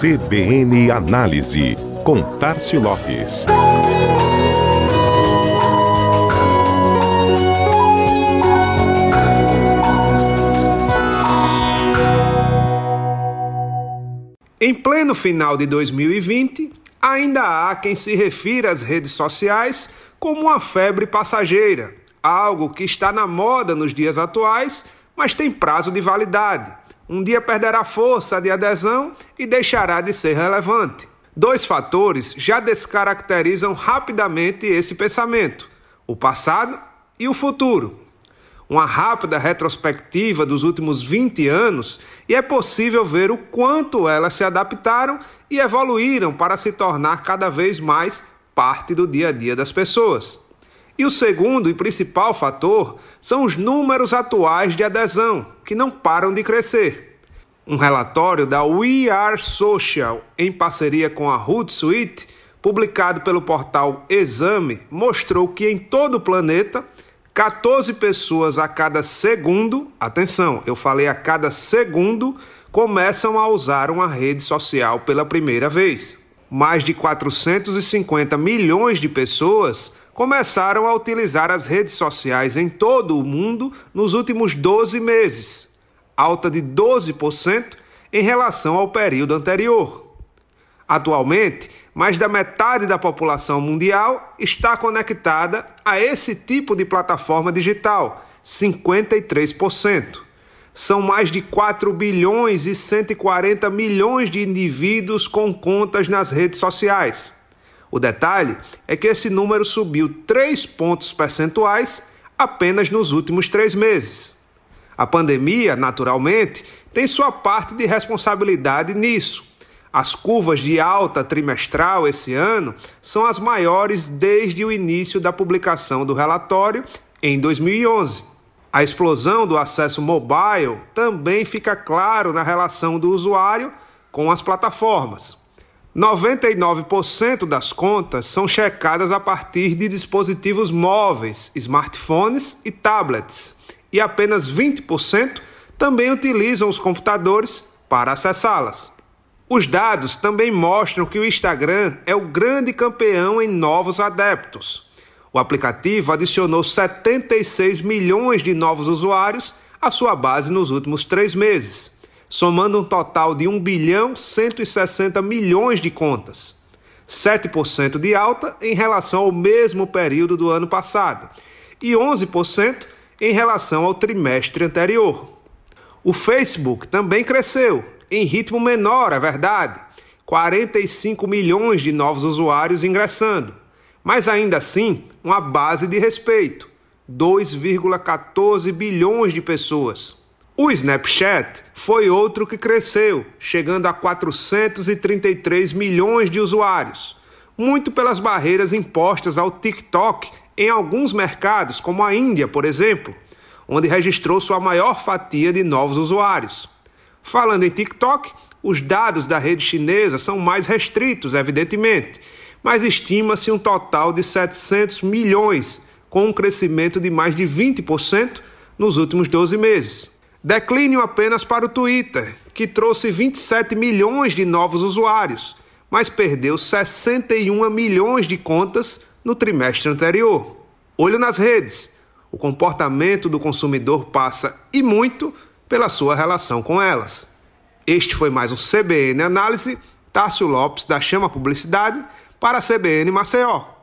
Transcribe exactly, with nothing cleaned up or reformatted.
C B N Análise, com Tárcio Lopes. Em pleno final de dois mil e vinte, ainda há quem se refira às redes sociais como uma febre passageira, algo que está na moda nos dias atuais, mas tem prazo de validade. Um dia perderá força de adesão e deixará de ser relevante. Dois fatores já descaracterizam rapidamente esse pensamento: o passado e o futuro. Uma rápida retrospectiva dos últimos vinte anos e é possível ver o quanto elas se adaptaram e evoluíram para se tornar cada vez mais parte do dia a dia das pessoas. E o segundo e principal fator são os números atuais de adesão, que não param de crescer. Um relatório da We Are Social, em parceria com a Hootsuite, publicado pelo portal Exame, mostrou que em todo o planeta, catorze pessoas a cada segundo, atenção, eu falei a cada segundo, começam a usar uma rede social pela primeira vez. Mais de quatrocentos e cinquenta milhões de pessoas começaram a utilizar as redes sociais em todo o mundo nos últimos doze meses, alta de doze por cento em relação ao período anterior. Atualmente, mais da metade da população mundial está conectada a esse tipo de plataforma digital, cinquenta e três por cento. São mais de quatro bilhões e cento e quarenta milhões de indivíduos com contas nas redes sociais. O detalhe é que esse número subiu três pontos percentuais apenas nos últimos três meses. A pandemia, naturalmente, tem sua parte de responsabilidade nisso. As curvas de alta trimestral esse ano são as maiores desde o início da publicação do relatório em dois mil e onze. A explosão do acesso mobile também fica claro na relação do usuário com as plataformas. noventa e nove por cento das contas são checadas a partir de dispositivos móveis, smartphones e tablets, e apenas vinte por cento também utilizam os computadores para acessá-las. Os dados também mostram que o Instagram é o grande campeão em novos adeptos. O aplicativo adicionou setenta e seis milhões de novos usuários à sua base nos últimos três meses, somando um total de um bilhão cento e sessenta milhões de contas, sete por cento de alta em relação ao mesmo período do ano passado e onze por cento em relação ao trimestre anterior. O Facebook também cresceu, em ritmo menor, é verdade, quarenta e cinco milhões de novos usuários ingressando, mas ainda assim uma base de respeito, dois vírgula quatorze bilhões de pessoas. O Snapchat foi outro que cresceu, chegando a quatrocentos e trinta e três milhões de usuários, muito pelas barreiras impostas ao TikTok em alguns mercados, como a Índia, por exemplo, onde registrou sua maior fatia de novos usuários. Falando em TikTok, os dados da rede chinesa são mais restritos, evidentemente, mas estima-se um total de setecentos milhões, com um crescimento de mais de vinte por cento nos últimos doze meses. Declínio apenas para o Twitter, que trouxe vinte e sete milhões de novos usuários, mas perdeu sessenta e um milhões de contas no trimestre anterior. Olho nas redes. O comportamento do consumidor passa, e muito, pela sua relação com elas. Este foi mais um C B N Análise, Tárcio Lopes, da Chama Publicidade, para a C B N Maceió.